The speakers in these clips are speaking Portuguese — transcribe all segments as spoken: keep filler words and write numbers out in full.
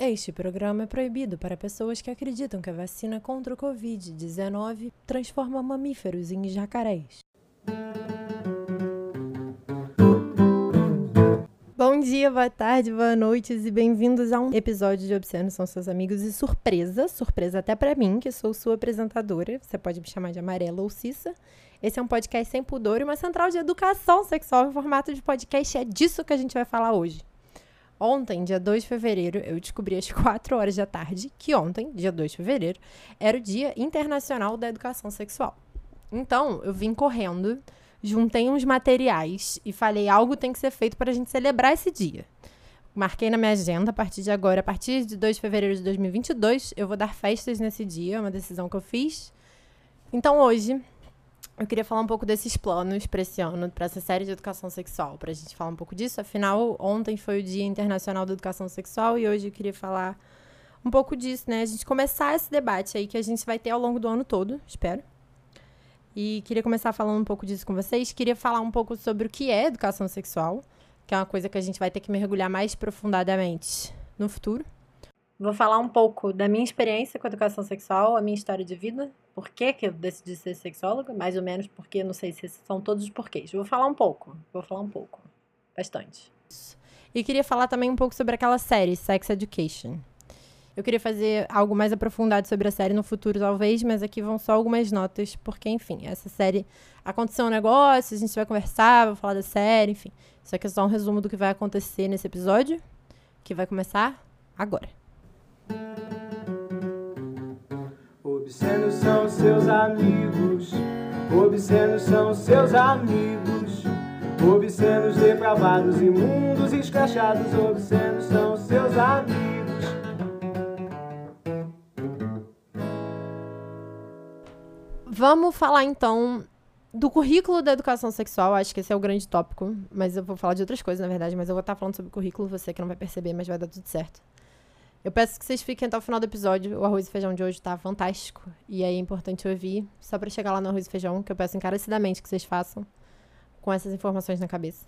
Este programa é proibido para pessoas que acreditam que a vacina contra o covid dezenove transforma mamíferos em jacarés. Bom dia, boa tarde, boa noite e bem-vindos a um episódio de Obscenos São Seus Amigos e surpresa, surpresa até pra mim, que sou sua apresentadora, você pode me chamar de Amarela ou Cissa. Esse é um podcast sem pudor e uma central de educação sexual em formato de podcast, é disso que a gente vai falar hoje. Ontem, dia dois de fevereiro, eu descobri às quatro horas da tarde que ontem, dia dois de fevereiro, era o Dia Internacional da Educação Sexual. Então, eu vim correndo, juntei uns materiais e falei, algo tem que ser feito para a gente celebrar esse dia. Marquei na minha agenda, a partir de agora, a partir de dois de fevereiro de dois mil e vinte e dois, eu vou dar festas nesse dia, é uma decisão que eu fiz. Então, hoje, eu queria falar um pouco desses planos para esse ano, para essa série de educação sexual, para a gente falar um pouco disso. Afinal, ontem foi o Dia Internacional da Educação Sexual e hoje eu queria falar um pouco disso, né? A gente começar esse debate aí que a gente vai ter ao longo do ano todo, espero. E queria começar falando um pouco disso com vocês. Queria falar um pouco sobre o que é educação sexual, que é uma coisa que a gente vai ter que mergulhar mais profundamente no futuro. Vou falar um pouco da minha experiência com a educação sexual, a minha história de vida, por que que eu decidi ser sexóloga, mais ou menos porque, não sei se são todos os porquês. Vou falar um pouco, vou falar um pouco, bastante. E queria falar também um pouco sobre aquela série, Sex Education. Eu queria fazer algo mais aprofundado sobre a série no futuro, talvez, mas aqui vão só algumas notas, porque, enfim, essa série aconteceu um negócio, a gente vai conversar, vou falar da série, enfim. Isso aqui é só um resumo do que vai acontecer nesse episódio, que vai começar agora. Obscenos são seus amigos, obscenos são seus amigos, obscenos, depravados, imundos, escrachados, obscenos são seus amigos. Vamos falar então do currículo da educação sexual, acho que esse é o grande tópico, mas eu vou falar de outras coisas, na verdade, mas eu vou estar falando sobre o currículo, você que não vai perceber, mas vai dar tudo certo. Eu peço que vocês fiquem até o final do episódio. O arroz e feijão de hoje tá fantástico. E aí é importante ouvir, só pra chegar lá no arroz e feijão, que eu peço encarecidamente que vocês façam com essas informações na cabeça.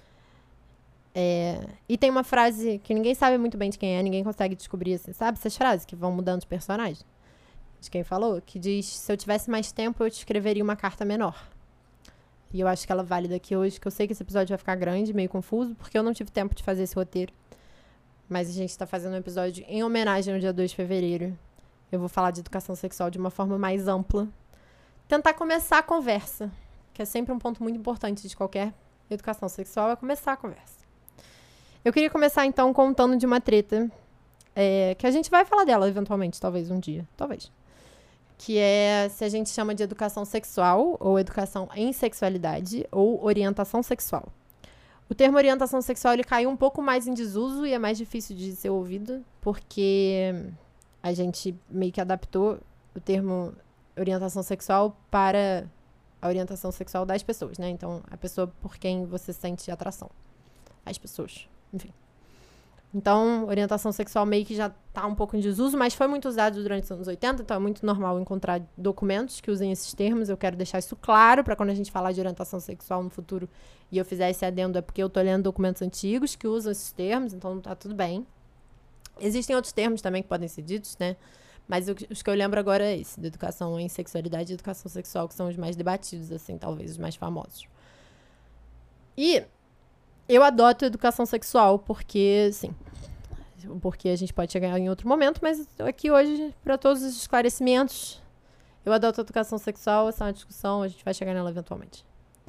É... E tem uma frase que ninguém sabe muito bem de quem é, ninguém consegue descobrir, assim, sabe? Essas frases que vão mudando de personagem. De quem falou, que diz, se eu tivesse mais tempo, eu te escreveria uma carta menor. E eu acho que ela é válida aqui hoje, que eu sei que esse episódio vai ficar grande, meio confuso, porque eu não tive tempo de fazer esse roteiro. Mas a gente está fazendo um episódio em homenagem ao dia dois de fevereiro. Eu vou falar de educação sexual de uma forma mais ampla. Tentar começar a conversa, que é sempre um ponto muito importante de qualquer educação sexual, é começar a conversa. Eu queria começar, então, contando de uma treta, é, que a gente vai falar dela, eventualmente, talvez um dia, talvez. Que é se a gente chama de educação sexual, ou educação em sexualidade, ou orientação sexual. O termo orientação sexual ele caiu um pouco mais em desuso e é mais difícil de ser ouvido, porque a gente meio que adaptou o termo orientação sexual para a orientação sexual das pessoas, né? Então, a pessoa por quem você sente atração. As pessoas, enfim. Então, orientação sexual meio que já tá um pouco em desuso, mas foi muito usado durante os anos oitenta, então é muito normal encontrar documentos que usem esses termos. Eu quero deixar isso claro para quando a gente falar de orientação sexual no futuro e eu fizer esse adendo, é porque eu tô lendo documentos antigos que usam esses termos, então tá tudo bem. Existem outros termos também que podem ser ditos, né? Mas os que eu lembro agora é esse, de educação em sexualidade e educação sexual, que são os mais debatidos, assim, talvez os mais famosos. E eu adoto educação sexual porque, sim, porque a gente pode chegar em outro momento, mas aqui hoje, para todos os esclarecimentos, eu adoto educação sexual, essa é uma discussão, a gente vai chegar nela eventualmente.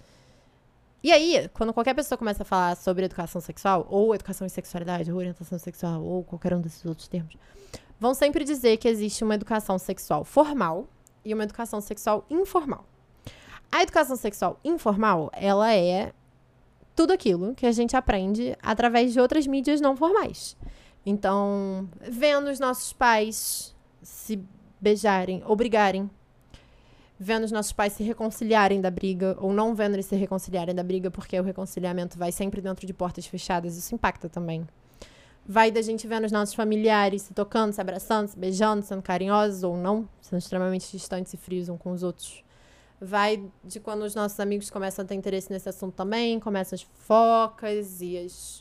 E aí, quando qualquer pessoa começa a falar sobre educação sexual, ou educação em sexualidade, ou orientação sexual, ou qualquer um desses outros termos, vão sempre dizer que existe uma educação sexual formal e uma educação sexual informal. A educação sexual informal, ela é tudo aquilo que a gente aprende através de outras mídias não formais. Então, vendo os nossos pais se beijarem ou brigarem, vendo os nossos pais se reconciliarem da briga, ou não vendo eles se reconciliarem da briga, porque o reconciliamento vai sempre dentro de portas fechadas, isso impacta também. Vai da gente vendo os nossos familiares se tocando, se abraçando, se beijando, sendo carinhosos ou não, sendo extremamente distantes e frios uns com os outros. Vai de quando os nossos amigos começam a ter interesse nesse assunto também, começam as fofocas e as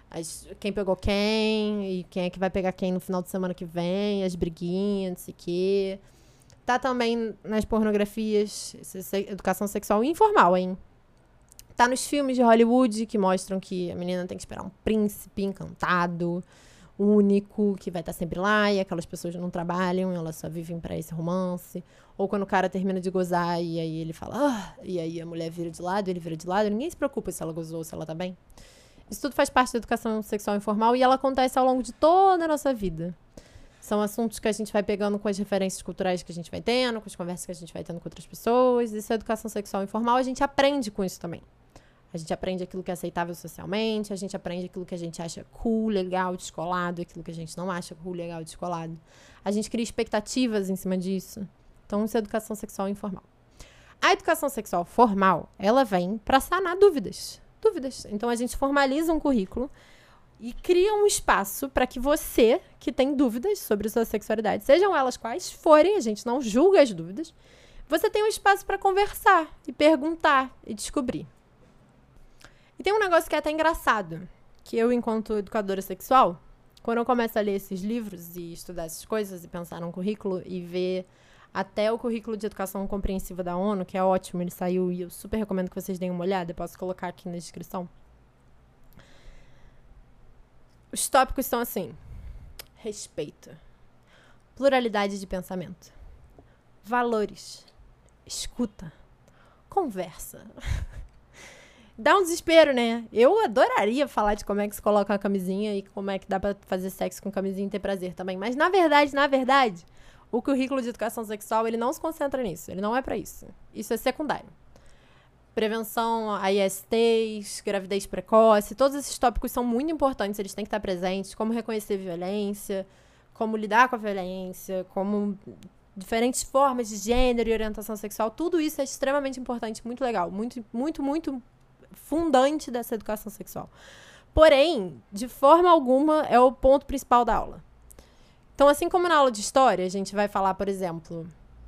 As, quem pegou quem, e quem é que vai pegar quem no final de semana que vem, as briguinhas, não sei o quê. Tá também nas pornografias, educação sexual informal, hein? Tá nos filmes de Hollywood que mostram que a menina tem que esperar um príncipe encantado, único, que vai estar sempre lá, e aquelas pessoas não trabalham, elas só vivem pra esse romance. Ou quando o cara termina de gozar e aí ele fala, ah, e aí a mulher vira de lado, ele vira de lado, ninguém se preocupa se ela gozou, se ela tá bem. Isso tudo faz parte da educação sexual informal e ela acontece ao longo de toda a nossa vida. São assuntos que a gente vai pegando com as referências culturais que a gente vai tendo, com as conversas que a gente vai tendo com outras pessoas. Isso é educação sexual informal, a gente aprende com isso também. A gente aprende aquilo que é aceitável socialmente, a gente aprende aquilo que a gente acha cool, legal, descolado, aquilo que a gente não acha cool, legal, descolado. A gente cria expectativas em cima disso. Então, isso é educação sexual informal. A educação sexual formal, ela vem para sanar dúvidas. Dúvidas. Então, a gente formaliza um currículo e cria um espaço para que você, que tem dúvidas sobre sua sexualidade, sejam elas quais forem, a gente não julga as dúvidas, você tem um espaço para conversar e perguntar e descobrir. E tem um negócio que é até engraçado, que eu, enquanto educadora sexual, quando eu começo a ler esses livros e estudar essas coisas e pensar num currículo e ver até o currículo de educação compreensiva da ONU, que é ótimo, ele saiu e eu super recomendo que vocês deem uma olhada, eu posso colocar aqui na descrição. Os tópicos são assim: respeito, pluralidade de pensamento, valores, escuta, conversa. Dá um desespero, né? Eu adoraria falar de como é que se coloca uma camisinha e como é que dá pra fazer sexo com camisinha e ter prazer também. Mas, na verdade, na verdade, o currículo de educação sexual, ele não se concentra nisso. Ele não é pra isso. Isso é secundário. Prevenção a I S Ts, gravidez precoce, todos esses tópicos são muito importantes, eles têm que estar presentes. Como reconhecer violência, como lidar com a violência, como diferentes formas de gênero e orientação sexual. Tudo isso é extremamente importante, muito legal. Muito, muito, muito fundante dessa educação sexual. Porém, de forma alguma, é o ponto principal da aula. Então, assim como na aula de história, a gente vai falar, por exemplo,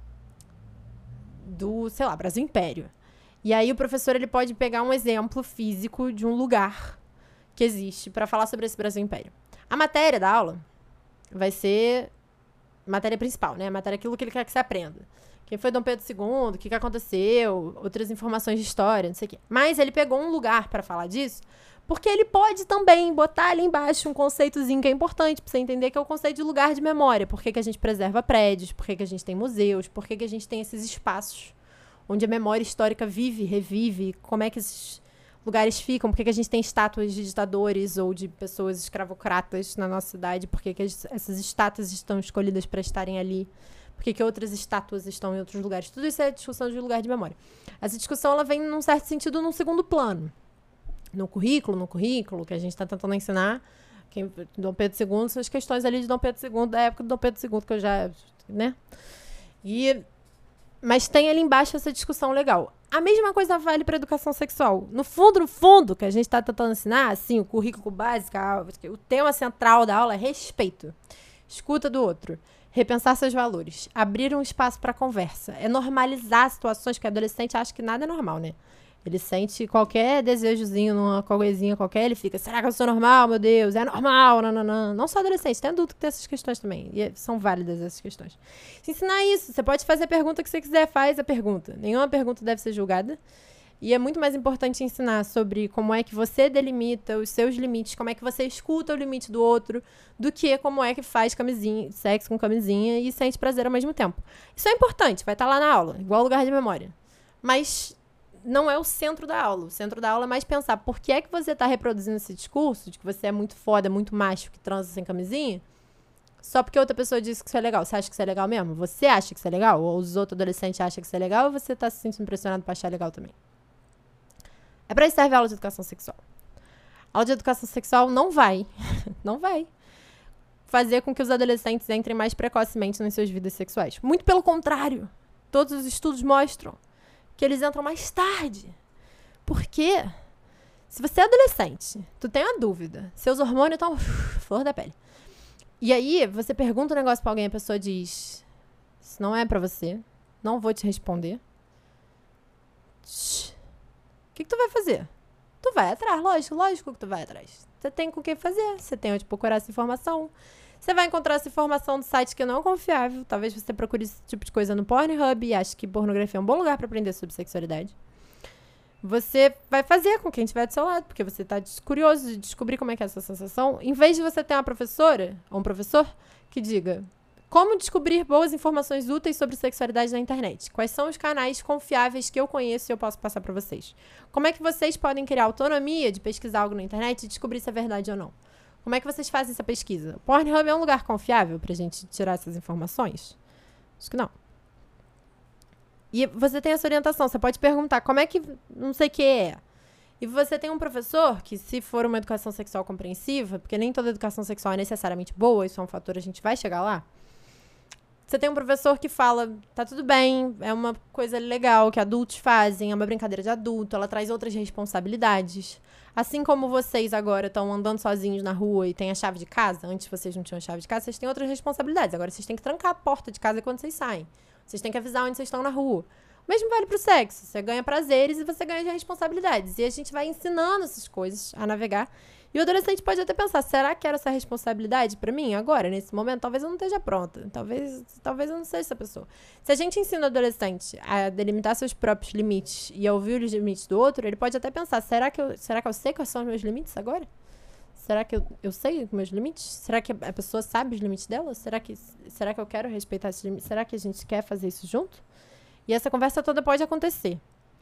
do, sei lá, Brasil Império. E aí o professor ele pode pegar um exemplo físico de um lugar que existe para falar sobre esse Brasil Império. A matéria da aula vai ser matéria principal, né? A matéria é aquilo que ele quer que você aprenda. Quem foi Dom Pedro segundo, o que, que aconteceu, outras informações de história, não sei o quê. Mas ele pegou um lugar para falar disso, porque ele pode também botar ali embaixo um conceitozinho que é importante para você entender, que é o conceito de lugar de memória. Por que, que a gente preserva prédios, por que, que a gente tem museus, por que, que a gente tem esses espaços onde a memória histórica vive, revive, como é que esses lugares ficam, por que, que a gente tem estátuas de ditadores ou de pessoas escravocratas na nossa cidade, por que, que essas estátuas estão escolhidas para estarem ali, por que, que outras estátuas estão em outros lugares. Tudo isso é discussão de lugar de memória. Essa discussão ela vem, num certo sentido, num segundo plano. No currículo, no currículo, que a gente está tentando ensinar, quem, Dom Pedro segundo, são as questões ali de Dom Pedro segundo, da época de Dom Pedro segundo, que eu já, né? E... Mas tem ali embaixo essa discussão legal. A mesma coisa vale para educação sexual. No fundo, no fundo, que a gente está tentando ensinar, assim, o currículo básico, o tema central da aula é respeito. Escuta do outro. Repensar seus valores. Abrir um espaço para conversa. É normalizar situações que o adolescente acha que nada é normal, né? Ele sente qualquer desejozinho numa coisinha qualquer, ele fica, será que eu sou normal, meu Deus? É normal, não, não, não. Não só adolescente, tem adulto que tem essas questões também. E são válidas essas questões. Se ensinar isso, você pode fazer a pergunta que você quiser, faz a pergunta. Nenhuma pergunta deve ser julgada. E é muito mais importante ensinar sobre como é que você delimita os seus limites, como é que você escuta o limite do outro, do que como é que faz camisinha, sexo com camisinha e sente prazer ao mesmo tempo. Isso é importante, vai estar lá na aula, igual lugar de memória. Mas não é o centro da aula. O centro da aula é mais pensar por que é que você está reproduzindo esse discurso de que você é muito foda, muito macho, que transa sem camisinha, só porque outra pessoa disse que isso é legal. Você acha que isso é legal mesmo? Você acha que isso é legal? Ou os outros adolescentes acham que isso é legal? Ou você está se sentindo pressionado para achar legal também? É para isso que serve a aula de educação sexual. A aula de educação sexual não vai, não vai fazer com que os adolescentes entrem mais precocemente nas suas vidas sexuais. Muito pelo contrário. Todos os estudos mostram que eles entram mais tarde. Por quê? Se você é adolescente, tu tem uma dúvida, seus hormônios estão flor da pele. E aí, você pergunta um negócio pra alguém, a pessoa diz, isso não é pra você, não vou te responder. O que, que tu vai fazer? Tu vai atrás, lógico, lógico que tu vai atrás. você tem com o que fazer, você tem onde procurar essa informação. Você vai encontrar essa informação do site que não é confiável. Talvez você procure esse tipo de coisa no Pornhub e ache que pornografia é um bom lugar para aprender sobre sexualidade. Você vai fazer com quem estiver do seu lado, porque você está curioso de descobrir como é que é essa sensação. Em vez de você ter uma professora ou um professor que diga como descobrir boas informações úteis sobre sexualidade na internet. Quais são os canais confiáveis que eu conheço e eu posso passar para vocês? Como é que vocês podem criar autonomia de pesquisar algo na internet e descobrir se é verdade ou não? Como é que vocês fazem essa pesquisa? O Pornhub é um lugar confiável pra gente tirar essas informações? Acho que não. E você tem essa orientação. Você pode perguntar como é que não sei o que é. E você tem um professor que, se for uma educação sexual compreensiva, porque nem toda educação sexual é necessariamente boa, isso é um fator, a gente vai chegar lá. Você tem um professor que fala, tá tudo bem, é uma coisa legal que adultos fazem, é uma brincadeira de adulto, ela traz outras responsabilidades. Assim como vocês agora estão andando sozinhos na rua e têm a chave de casa, antes vocês não tinham a chave de casa, vocês têm outras responsabilidades. Agora vocês têm que trancar a porta de casa quando vocês saem. Vocês têm que avisar onde vocês estão na rua. O mesmo vale pro sexo. Você ganha prazeres e você ganha responsabilidades. E a gente vai ensinando essas coisas a navegar. E o adolescente pode até pensar, será que era essa responsabilidade pra mim agora, nesse momento? Talvez eu não esteja pronta. Talvez, talvez eu não seja essa pessoa. Se a gente ensina o adolescente a delimitar seus próprios limites e a ouvir os limites do outro, ele pode até pensar, será que eu, será que eu sei quais são os meus limites agora? Será que eu, eu sei os meus limites? Será que a pessoa sabe os limites dela? Será que, será que eu quero respeitar esses limites? Será que a gente quer fazer isso junto? E essa conversa toda pode acontecer.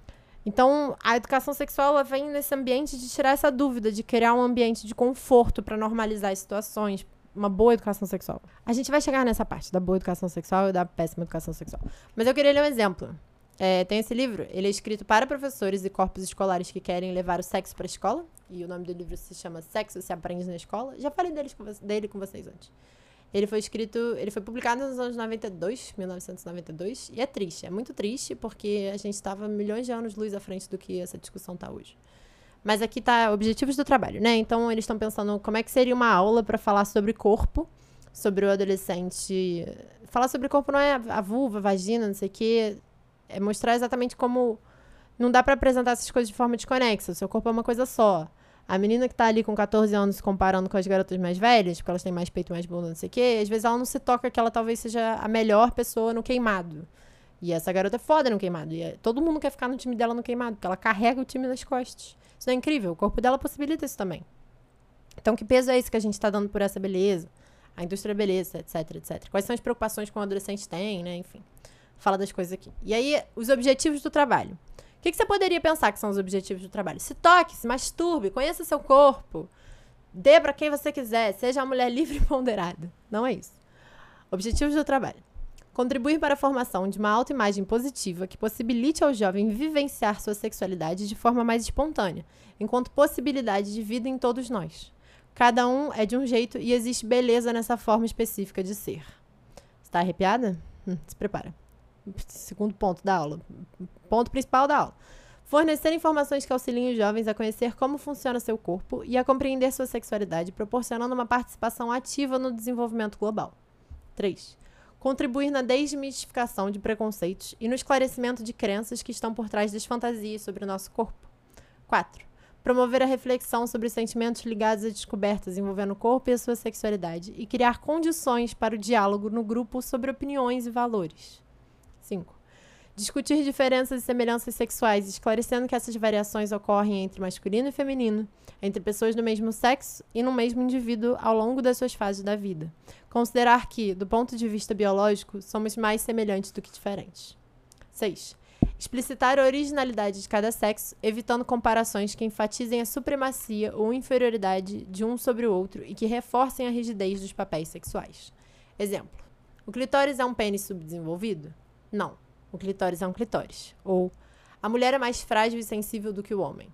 Então, a educação sexual ela vem nesse ambiente de tirar essa dúvida, de criar um ambiente de conforto para normalizar as situações, uma boa educação sexual. A gente vai chegar nessa parte da boa educação sexual e da péssima educação sexual. Mas eu queria ler um exemplo. É, tem esse livro, ele é escrito para professores e corpos escolares que querem levar o sexo para a escola, e o nome do livro se chama Sexo se Aprende na Escola. Já falei deles com, dele com vocês antes. Ele foi escrito, ele foi publicado nos anos noventa e dois, mil novecentos e noventa e dois, e é triste, é muito triste, porque a gente estava milhões de anos luz à frente do que essa discussão está hoje. Mas aqui tá objetivos do trabalho, né? Então eles estão pensando como é que seria uma aula para falar sobre corpo, sobre o adolescente. Falar sobre corpo não é a vulva, a vagina, não sei o quê, é mostrar exatamente como não dá para apresentar essas coisas de forma desconexa, o seu corpo é uma coisa só. A menina que tá ali com catorze anos se comparando com as garotas mais velhas, porque elas têm mais peito, mais bunda, não sei o quê, às vezes ela não se toca que ela talvez seja a melhor pessoa no queimado. E essa garota é foda no queimado. E é, todo mundo quer ficar no time dela no queimado, porque ela carrega o time nas costas. Isso não é incrível? O corpo dela possibilita isso também. Então, que peso é esse que a gente tá dando por essa beleza? A indústria da beleza, etc, etcétera. Quais são as preocupações que um adolescente tem, né? Enfim, fala das coisas aqui. E aí, os objetivos do trabalho. O que, que você poderia pensar que são os objetivos do trabalho? Se toque, se masturbe, conheça seu corpo, dê pra quem você quiser, seja uma mulher livre e ponderada. Não é isso. Objetivos do trabalho. Contribuir para a formação de uma autoimagem positiva que possibilite ao jovem vivenciar sua sexualidade de forma mais espontânea, enquanto possibilidade de vida em todos nós. Cada um é de um jeito e existe beleza nessa forma específica de ser. Está arrepiada? Hum, se prepara. Segundo ponto da aula. Ponto principal da aula. Fornecer informações que auxiliem os jovens a conhecer como funciona seu corpo e a compreender sua sexualidade, proporcionando uma participação ativa no desenvolvimento global. três. Contribuir na desmistificação de preconceitos e no esclarecimento de crenças que estão por trás das fantasias sobre o nosso corpo. quatro. Promover a reflexão sobre os sentimentos ligados a descobertas envolvendo o corpo e a sua sexualidade e criar condições para o diálogo no grupo sobre opiniões e valores. cinco. Discutir diferenças e semelhanças sexuais, esclarecendo que essas variações ocorrem entre masculino e feminino, entre pessoas do mesmo sexo e no mesmo indivíduo ao longo das suas fases da vida. Considerar que, do ponto de vista biológico, somos mais semelhantes do que diferentes. seis. Explicitar a originalidade de cada sexo, evitando comparações que enfatizem a supremacia ou inferioridade de um sobre o outro e que reforcem a rigidez dos papéis sexuais. Exemplo. O clitóris é um pênis subdesenvolvido? Não. O clitóris é um clitóris. Ou a mulher é mais frágil e sensível do que o homem.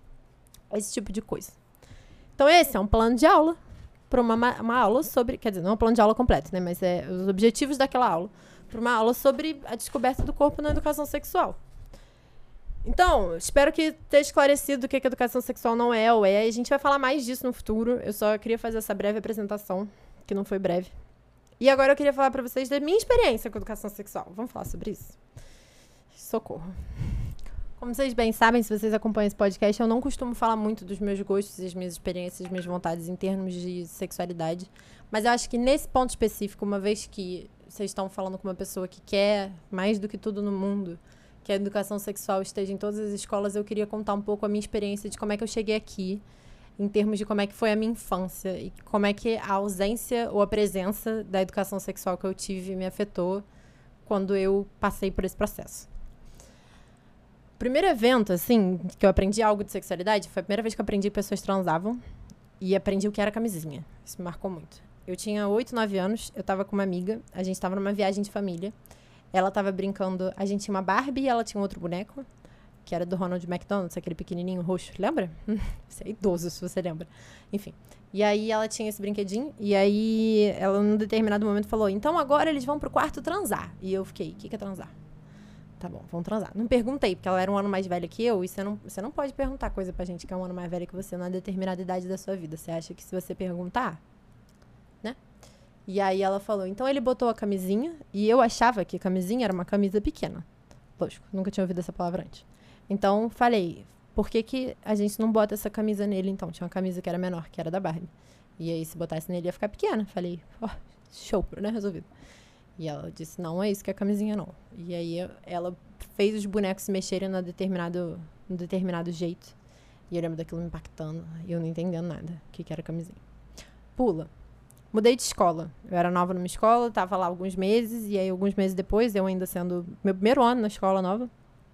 Esse tipo de coisa. Então esse é um plano de aula para uma, uma aula sobre... Quer dizer, não é um plano de aula completo, né? Mas é os objetivos daquela aula. Para uma aula sobre a descoberta do corpo na educação sexual. Então, espero que tenha esclarecido o que a educação sexual não é ou é. E a gente vai falar mais disso no futuro. Eu só queria fazer essa breve apresentação, que não foi breve. E agora eu queria falar pra vocês da minha experiência com educação sexual. Vamos falar sobre isso? Socorro. Como vocês bem sabem, se vocês acompanham esse podcast, eu não costumo falar muito dos meus gostos, as minhas experiências, as minhas vontades em termos de sexualidade. Mas eu acho que nesse ponto específico, uma vez que vocês estão falando com uma pessoa que quer, mais do que tudo no mundo, que a educação sexual esteja em todas as escolas, eu queria contar um pouco a minha experiência de como é que eu cheguei aqui, em termos de como é que foi a minha infância e como é que a ausência ou a presença da educação sexual que eu tive me afetou quando eu passei por esse processo. O primeiro evento, assim, que eu aprendi algo de sexualidade, foi a primeira vez que eu aprendi que pessoas transavam e aprendi o que era camisinha. Isso me marcou muito. Eu tinha oito, nove anos, eu tava com uma amiga, a gente tava numa viagem de família. Ela tava brincando, a gente tinha uma Barbie e ela tinha um outro boneco, que era do Ronald McDonald, aquele pequenininho roxo, lembra? Você é idoso, se você lembra. Enfim. E aí ela tinha esse brinquedinho, e aí ela, num determinado momento, falou, então agora eles vão pro quarto transar. E eu fiquei, o que, que é transar? Tá bom, vão transar. Não perguntei, porque ela era um ano mais velha que eu, e você não, você não pode perguntar coisa pra gente que é um ano mais velha que você numa determinada idade da sua vida. Você acha que se você perguntar, né? E aí ela falou, então ele botou a camisinha, e eu achava que a camisinha era uma camisa pequena. Lógico, nunca tinha ouvido essa palavra antes. Então, falei, por que que a gente não bota essa camisa nele, então? Tinha uma camisa que era menor, que era da Barbie. E aí, se botasse nele, ia ficar pequena. Falei, ó, oh, show, né? Resolvido. E ela disse, não é isso que é a camisinha, não. E aí, ela fez os bonecos se mexerem num determinado, num determinado jeito. E eu lembro daquilo me impactando, e eu não entendendo nada, o que que era camisinha. Pula. Mudei de escola. Eu era nova numa escola, tava lá alguns meses, e aí alguns meses depois, eu ainda sendo meu primeiro ano na escola nova,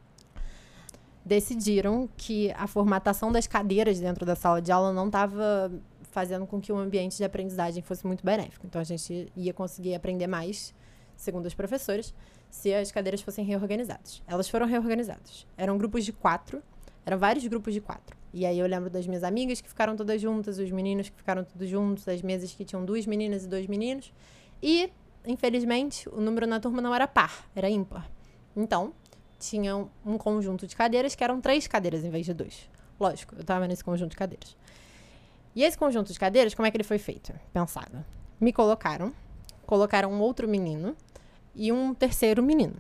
decidiram que a formatação das cadeiras dentro da sala de aula não estava fazendo com que o ambiente de aprendizagem fosse muito benéfico. Então, a gente ia conseguir aprender mais, segundo as professoras, se as cadeiras fossem reorganizadas. Elas foram reorganizadas. Eram grupos de quatro, eram vários grupos de quatro. E aí eu lembro das minhas amigas que ficaram todas juntas, os meninos que ficaram todos juntos, as mesas que tinham duas meninas e dois meninos. E, infelizmente, o número na turma não era par, era ímpar. Então, tinham um conjunto de cadeiras que eram três cadeiras em vez de dois. Lógico, eu estava nesse conjunto de cadeiras. E esse conjunto de cadeiras, como é que ele foi feito? Pensado. Me colocaram, colocaram um outro menino e um terceiro menino.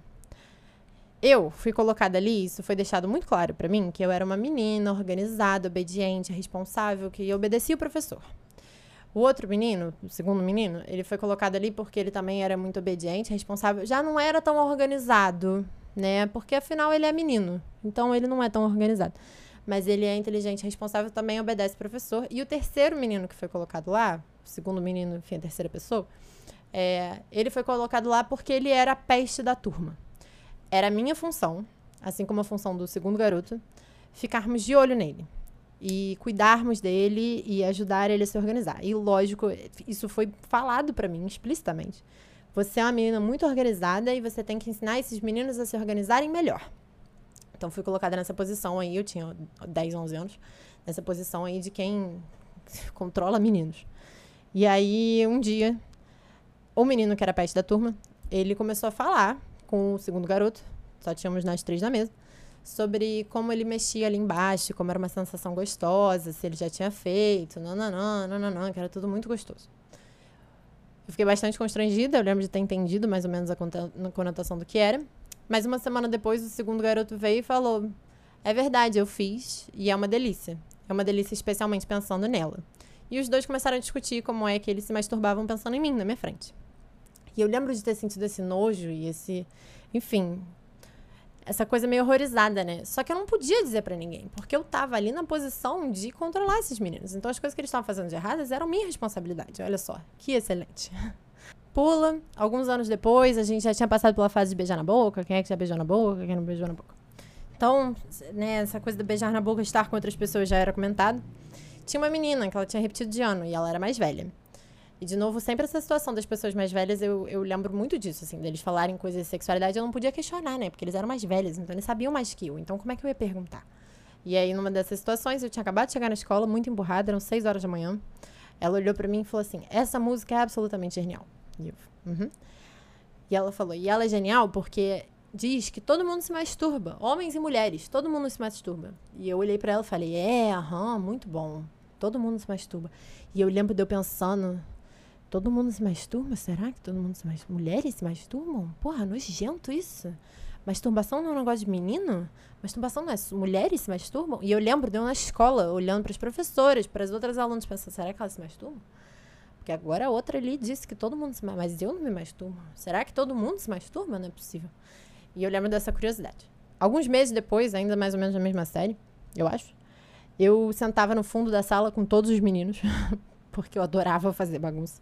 Eu fui colocada ali, isso foi deixado muito claro para mim, que eu era uma menina organizada, obediente, responsável, que obedecia o professor. O outro menino, o segundo menino, ele foi colocado ali porque ele também era muito obediente, responsável, já não era tão organizado, né? Porque afinal ele é menino, então ele não é tão organizado. Mas ele é inteligente, responsável, também obedece o professor. E o terceiro menino que foi colocado lá, o segundo menino, enfim, a terceira pessoa, é, ele foi colocado lá porque ele era a peste da turma. Era a minha função, assim como a função do segundo garoto, ficarmos de olho nele. E cuidarmos dele e ajudar ele a se organizar. E, lógico, isso foi falado pra mim explicitamente. Você é uma menina muito organizada e você tem que ensinar esses meninos a se organizarem melhor. Então, fui colocada nessa posição aí, eu tinha dez, onze anos, nessa posição aí de quem controla meninos. E aí, um dia, o menino que era a peste da turma, ele começou a falar com o segundo garoto, só tínhamos nós três na mesa, sobre como ele mexia ali embaixo, como era uma sensação gostosa, se ele já tinha feito, nananã, nananã, que era tudo muito gostoso. Eu fiquei bastante constrangida, eu lembro de ter entendido mais ou menos a conotação do que era, mas uma semana depois o segundo garoto veio e falou, é verdade, eu fiz e é uma delícia. É uma delícia especialmente pensando nela. E os dois começaram a discutir como é que eles se masturbavam pensando em mim, na minha frente. E eu lembro de ter sentido esse nojo e esse, enfim, essa coisa meio horrorizada, né? Só que eu não podia dizer pra ninguém, porque eu tava ali na posição de controlar esses meninos. Então as coisas que eles estavam fazendo de erradas eram minha responsabilidade. Olha só, que excelente. Pula, alguns anos depois, a gente já tinha passado pela fase de beijar na boca. Quem é que já beijou na boca, quem não beijou na boca. Então, né, essa coisa de beijar na boca, estar com outras pessoas já era comentado. Tinha uma menina que ela tinha repetido de ano e ela era mais velha. E, de novo, sempre essa situação das pessoas mais velhas, eu, eu lembro muito disso, assim, deles falarem coisas de sexualidade, eu não podia questionar, né? Porque eles eram mais velhos, então eles sabiam mais que eu. Então, como é que eu ia perguntar? E aí, numa dessas situações, eu tinha acabado de chegar na escola, muito emburrada, eram seis horas da manhã. Ela olhou pra mim e falou assim, essa música é absolutamente genial. E eu, uhum. E ela falou, e ela é genial porque diz que todo mundo se masturba, homens e mulheres, todo mundo se masturba. E eu olhei pra ela e falei, é, aham, muito bom, todo mundo se masturba. E eu lembro de eu pensando... Todo mundo se masturba? Será que todo mundo se masturba? Mulheres se masturbam? Porra, nojento isso. masturbação não é um negócio de menino? Masturbação não é... Mulheres se masturbam? E eu lembro de eu na escola, olhando para as professoras, para as outras alunas, pensando, será que elas se masturbam? Porque agora a outra ali disse que todo mundo se masturba. Mas eu não me masturbo. Será que todo mundo se masturba? Não é possível. E eu lembro dessa curiosidade. Alguns meses depois, ainda mais ou menos na mesma série, eu acho, eu sentava no fundo da sala com todos os meninos, porque eu adorava fazer bagunça.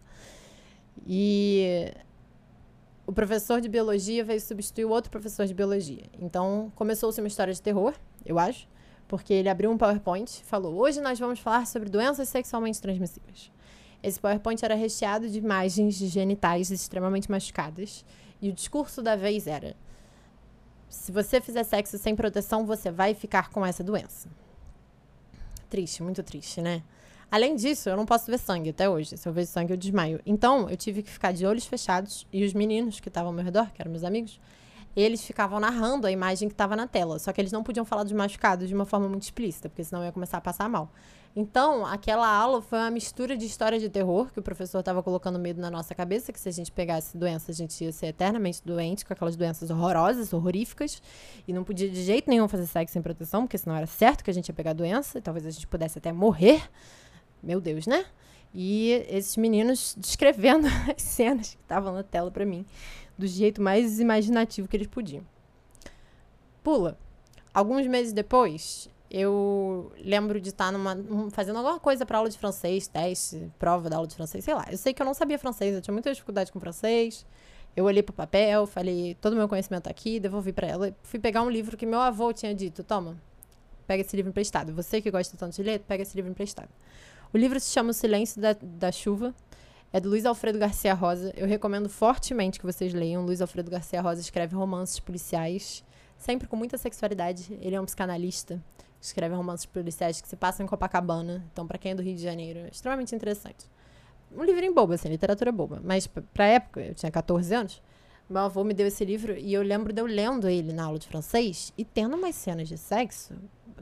E o professor de biologia veio substituir o outro professor de biologia. Então, começou-se uma história de terror, eu acho, porque ele abriu um PowerPoint e falou, hoje nós vamos falar sobre doenças sexualmente transmissíveis. Esse PowerPoint era recheado de imagens de genitais extremamente machucadas. E o discurso da vez era, se você fizer sexo sem proteção, você vai ficar com essa doença. Triste, muito triste, né? Além disso, eu não posso ver sangue até hoje. Se eu vejo sangue, eu desmaio. Então, eu tive que ficar de olhos fechados. E os meninos que estavam ao meu redor, que eram meus amigos, eles ficavam narrando a imagem que estava na tela. Só que eles não podiam falar dos machucados de uma forma muito explícita, porque senão eu ia começar a passar mal. Então, aquela aula foi uma mistura de história de terror, que o professor estava colocando medo na nossa cabeça, que se a gente pegasse doença, a gente ia ser eternamente doente, com aquelas doenças horrorosas, horroríficas, e não podia de jeito nenhum fazer sexo sem proteção, porque senão era certo que a gente ia pegar doença, e talvez a gente pudesse até morrer. Meu Deus, né? E esses meninos descrevendo as cenas que estavam na tela pra mim, do jeito mais imaginativo que eles podiam. Pula. Alguns meses depois, eu lembro de estar numa, fazendo alguma coisa pra aula de francês, teste, prova da aula de francês, sei lá. Eu sei que eu não sabia francês, eu tinha muita dificuldade com francês. Eu olhei pro papel, falei, todo o meu conhecimento tá aqui, devolvi pra ela. Fui pegar um livro que meu avô tinha dito, toma, pega esse livro emprestado. Você que gosta tanto de ler, pega esse livro emprestado. O livro se chama O Silêncio da, da Chuva. É do Luiz Alfredo Garcia Rosa. Eu recomendo fortemente que vocês leiam. Luiz Alfredo Garcia Rosa escreve romances policiais, sempre com muita sexualidade. Ele é um psicanalista. Escreve romances policiais que se passam em Copacabana. Então, pra quem é do Rio de Janeiro, é extremamente interessante. Um livrinho bobo, assim, literatura boba. Mas, pra época, eu tinha catorze anos, meu avô me deu esse livro e eu lembro de eu lendo ele na aula de francês e tendo umas cenas de sexo,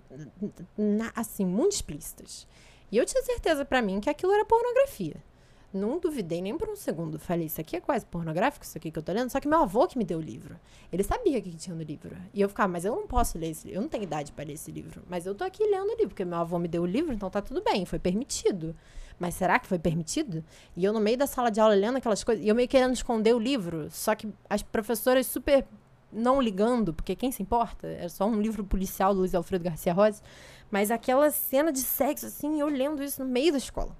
na, assim, muito explícitas. E eu tinha certeza pra mim que aquilo era pornografia. Não duvidei nem por um segundo. Falei, isso aqui é quase pornográfico, isso aqui que eu tô lendo. Só que meu avô que me deu o livro. Ele sabia o que tinha no livro. E eu ficava, mas eu não posso ler esse livro. Eu não tenho idade pra ler esse livro. Mas eu tô aqui lendo o livro, porque meu avô me deu o livro, então tá tudo bem, foi permitido. Mas será que foi permitido? E eu no meio da sala de aula lendo aquelas coisas, e eu meio querendo esconder o livro, só que as professoras super não ligando, porque quem se importa? É só um livro policial do Luiz Alfredo Garcia Rosa. Mas aquela cena de sexo, assim, eu lendo isso no meio da escola.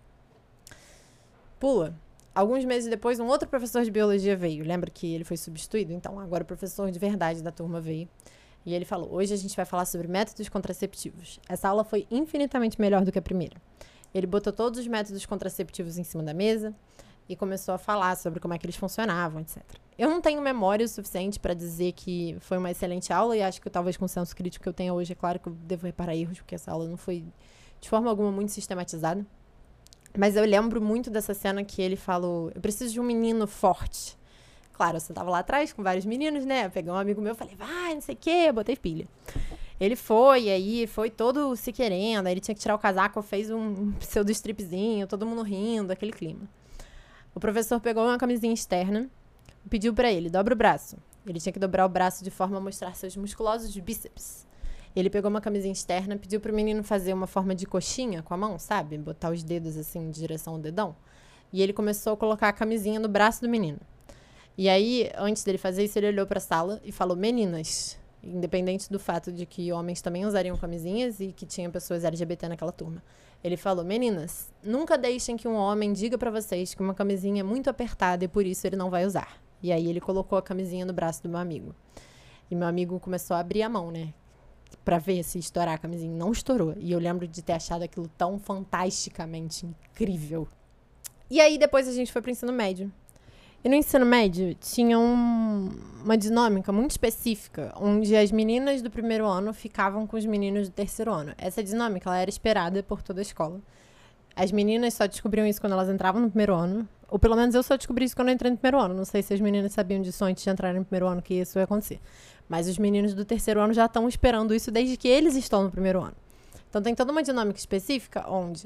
Pula. Alguns meses depois, um outro professor de biologia veio. Lembra que ele foi substituído? Então, agora o professor de verdade da turma veio. E ele falou, hoje a gente vai falar sobre métodos contraceptivos. Essa aula foi infinitamente melhor do que a primeira. Ele botou todos os métodos contraceptivos em cima da mesa e começou a falar sobre como é que eles funcionavam, etcétera. Eu não tenho memória o suficiente para dizer que foi uma excelente aula e acho que talvez com o senso crítico que eu tenho hoje, é claro que eu devo reparar erros, porque essa aula não foi de forma alguma muito sistematizada. Mas eu lembro muito dessa cena que ele falou, eu preciso de um menino forte. Claro, eu sentava lá atrás com vários meninos, né? Eu peguei um amigo meu e falei, vai, não sei o quê, botei pilha. Ele foi, e aí foi todo se querendo, aí ele tinha que tirar o casaco, fez um pseudo stripzinho, todo mundo rindo, aquele clima. O professor pegou uma camisinha externa, pediu pra ele, dobra o braço. Ele tinha que dobrar o braço de forma a mostrar seus musculosos bíceps. Ele pegou uma camisinha externa, pediu pro menino fazer uma forma de coxinha com a mão, sabe? Botar os dedos assim em direção ao dedão. E ele começou a colocar a camisinha no braço do menino. E aí, antes dele fazer isso, ele olhou pra sala e falou, meninas, independente do fato de que homens também usariam camisinhas e que tinha pessoas L G B T naquela turma. Ele falou, meninas, nunca deixem que um homem diga pra vocês que uma camisinha é muito apertada e por isso ele não vai usar. E aí ele colocou a camisinha no braço do meu amigo. E meu amigo começou a abrir a mão, né? Pra ver se estourar a camisinha. Não estourou. E eu lembro de ter achado aquilo tão fantasticamente incrível. E aí depois a gente foi pro ensino médio. E no ensino médio tinha um, uma dinâmica muito específica, onde as meninas do primeiro ano ficavam com os meninos do terceiro ano. Essa dinâmica ela era esperada por toda a escola. As meninas só descobriam isso quando elas entravam no primeiro ano, ou pelo menos eu só descobri isso quando eu entrei no primeiro ano. Não sei se as meninas sabiam disso antes de entrar no primeiro ano, que isso ia acontecer. Mas os meninos do terceiro ano já estão esperando isso desde que eles estão no primeiro ano. Então tem toda uma dinâmica específica onde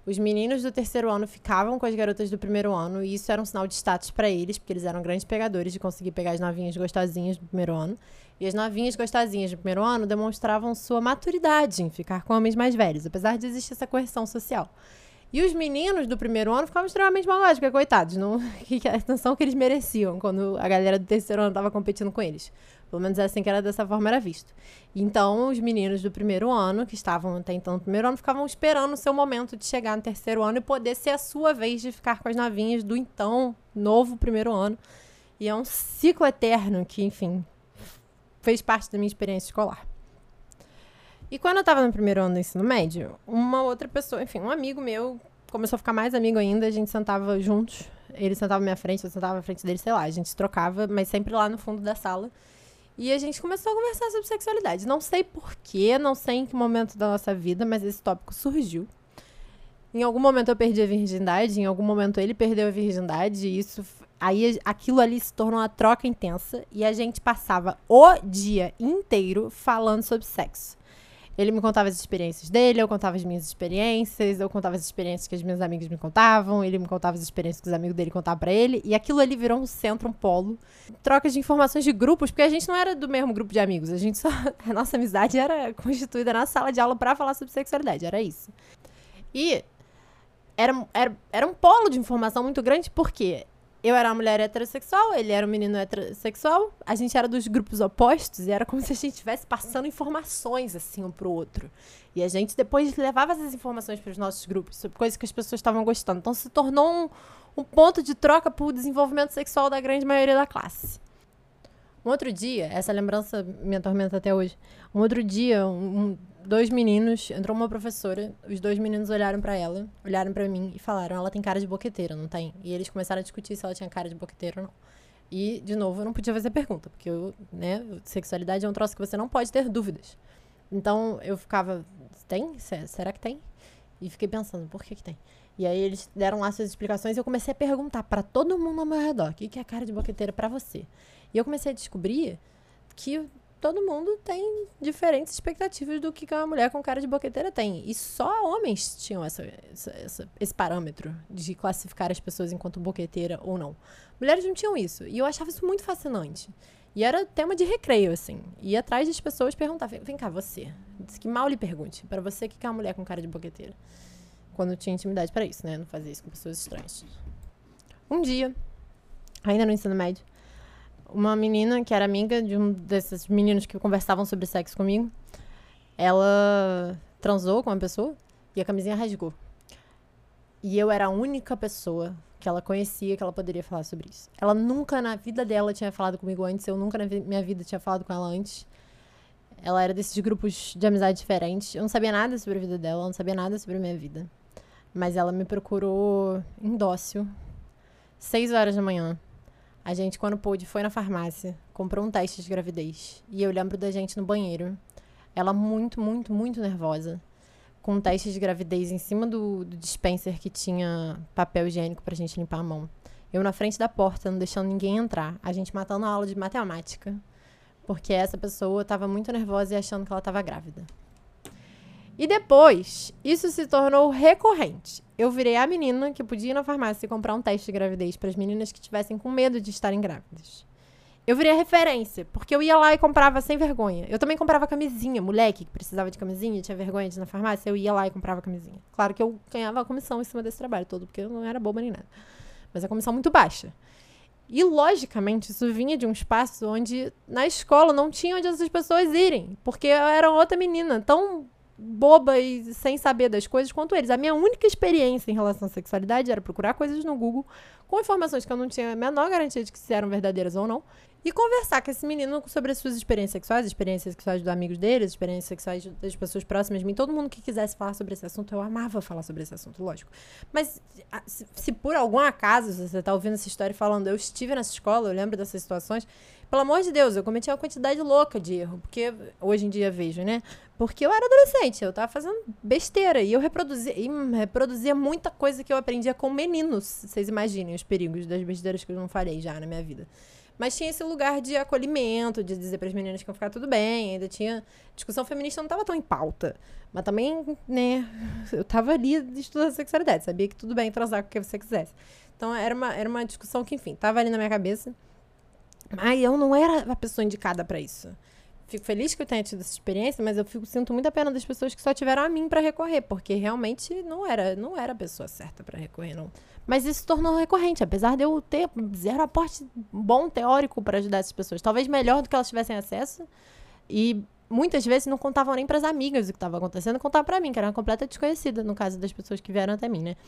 Os meninos do terceiro ano ficavam com as garotas do primeiro ano, e isso era um sinal de status pra eles, porque eles eram grandes pegadores de conseguir pegar as novinhas gostosinhas do primeiro ano. E as novinhas gostosinhas do primeiro ano demonstravam sua maturidade em ficar com homens mais velhos, apesar de existir essa coerção social. E os meninos do primeiro ano ficavam extremamente magoados, porque, coitados, não, que, a atenção que eles mereciam quando a galera do terceiro ano estava competindo com eles. Pelo menos é assim que era, dessa forma era visto. Então, os meninos do primeiro ano, que estavam até então no primeiro ano, ficavam esperando o seu momento de chegar no terceiro ano e poder ser a sua vez de ficar com as novinhas do então novo primeiro ano. E é um ciclo eterno que, enfim, fez parte da minha experiência escolar. E quando eu tava no primeiro ano do ensino médio, uma outra pessoa, enfim, um amigo meu começou a ficar mais amigo ainda, a gente sentava juntos, ele sentava na minha frente, eu sentava na frente dele, sei lá, a gente trocava, mas sempre lá no fundo da sala. E a gente começou a conversar sobre sexualidade. Não sei porquê, não sei em que momento da nossa vida, mas esse tópico surgiu. Em algum momento eu perdi a virgindade, em algum momento ele perdeu a virgindade, e isso, aí aquilo ali se tornou uma troca intensa, e a gente passava o dia inteiro falando sobre sexo. Ele me contava as experiências dele, eu contava as minhas experiências, eu contava as experiências que as minhas amigas me contavam, ele me contava as experiências que os amigos dele contavam pra ele, e aquilo ali virou um centro, um polo. Trocas de informações de grupos, porque a gente não era do mesmo grupo de amigos, a gente só, a nossa amizade era constituída na sala de aula pra falar sobre sexualidade, era isso. E era, era, era um polo de informação muito grande, porque eu era uma mulher heterossexual, ele era um menino heterossexual, a gente era dos grupos opostos, e era como se a gente estivesse passando informações, assim, um pro outro. E a gente depois levava essas informações para os nossos grupos, sobre coisas que as pessoas estavam gostando. Então se tornou um, um ponto de troca pro desenvolvimento sexual da grande maioria da classe. Um outro dia, essa lembrança me atormenta até hoje, um outro dia, um, um, dois meninos, entrou uma professora, os dois meninos olharam pra ela, olharam pra mim e falaram, ela tem cara de boqueteira, não tem? E eles começaram a discutir se ela tinha cara de boqueteira ou não. E, de novo, eu não podia fazer pergunta, porque eu, né, sexualidade é um troço que você não pode ter dúvidas. Então, eu ficava, tem? Será que tem? E fiquei pensando, por que que tem? E aí eles deram lá suas explicações e eu comecei a perguntar pra todo mundo ao meu redor, o que que é cara de boqueteira pra você? E eu comecei a descobrir que todo mundo tem diferentes expectativas do que uma mulher com cara de boqueteira tem. E só homens tinham essa, essa, essa, esse parâmetro de classificar as pessoas enquanto boqueteira ou não. Mulheres não tinham isso. E eu achava isso muito fascinante. E era tema de recreio, assim. Ia atrás das pessoas perguntar, vem cá, você. Que mal lhe pergunte. Para você, o que é uma mulher com cara de boqueteira? Quando eu tinha intimidade para isso, né? Não fazia isso com pessoas estranhas. Um dia, ainda no ensino médio, uma menina que era amiga de um desses meninos que conversavam sobre sexo comigo, ela transou com uma pessoa e a camisinha rasgou. E eu era a única pessoa que ela conhecia que ela poderia falar sobre isso. Ela nunca na vida dela tinha falado comigo antes, eu nunca na minha vida tinha falado com ela antes. Ela era desses grupos de amizade diferentes. Eu não sabia nada sobre a vida dela, eu não sabia nada sobre a minha vida. Mas ela me procurou indócil, seis horas da manhã. A gente, quando pôde, foi na farmácia, comprou um teste de gravidez. E eu lembro da gente no banheiro. Ela muito, muito, muito nervosa. Com um teste de gravidez em cima do, do dispenser que tinha papel higiênico pra gente limpar a mão. Eu na frente da porta, não deixando ninguém entrar. A gente matando a aula de matemática. Porque essa pessoa tava muito nervosa e achando que ela tava grávida. E depois, isso se tornou recorrente. Eu virei a menina que podia ir na farmácia e comprar um teste de gravidez para as meninas que tivessem com medo de estarem grávidas. Eu virei a referência, porque eu ia lá e comprava sem vergonha. Eu também comprava camisinha, moleque que precisava de camisinha, tinha vergonha de ir na farmácia, eu ia lá e comprava camisinha. Claro que eu ganhava a comissão em cima desse trabalho todo, porque eu não era boba nem nada. Mas a comissão muito baixa. E, logicamente, isso vinha de um espaço onde, na escola, não tinha onde essas pessoas irem. Porque eu era outra menina, tão boba e sem saber das coisas quanto eles. A minha única experiência em relação à sexualidade era procurar coisas no Google com informações que eu não tinha a menor garantia de que se eram verdadeiras ou não. E conversar com esse menino sobre as suas experiências sexuais, experiências sexuais dos amigos deles, experiências sexuais das pessoas próximas de mim. Todo mundo que quisesse falar sobre esse assunto, eu amava falar sobre esse assunto, lógico. Mas se, se por algum acaso você tá ouvindo essa história falando, eu estive nessa escola, eu lembro dessas situações, pelo amor de Deus, eu cometi uma quantidade louca de erro, porque hoje em dia vejo, né? Porque eu era adolescente, eu tava fazendo besteira, e eu reproduzia, e reproduzia muita coisa que eu aprendia com meninos. Vocês imaginem os perigos das besteiras que eu não farei já na minha vida. Mas tinha esse lugar de acolhimento, de dizer para as meninas que ia ficar tudo bem. Ainda tinha... Discussão feminista não estava tão em pauta. Mas também, né... Eu tava ali estudando sexualidade. Sabia que tudo bem transar com o que você quisesse. Então, era uma, era uma discussão que, enfim, tava ali na minha cabeça. Mas eu não era a pessoa indicada para isso. Fico feliz que eu tenha tido essa experiência, mas eu fico, sinto muita pena das pessoas que só tiveram a mim para recorrer, porque realmente não era, não era a pessoa certa para recorrer, não. Mas isso se tornou recorrente, apesar de eu ter zero aporte bom teórico para ajudar essas pessoas. Talvez melhor do que elas tivessem acesso. E muitas vezes não contavam nem para as amigas o que estava acontecendo, contavam para mim, que era uma completa desconhecida, no caso das pessoas que vieram até mim, né?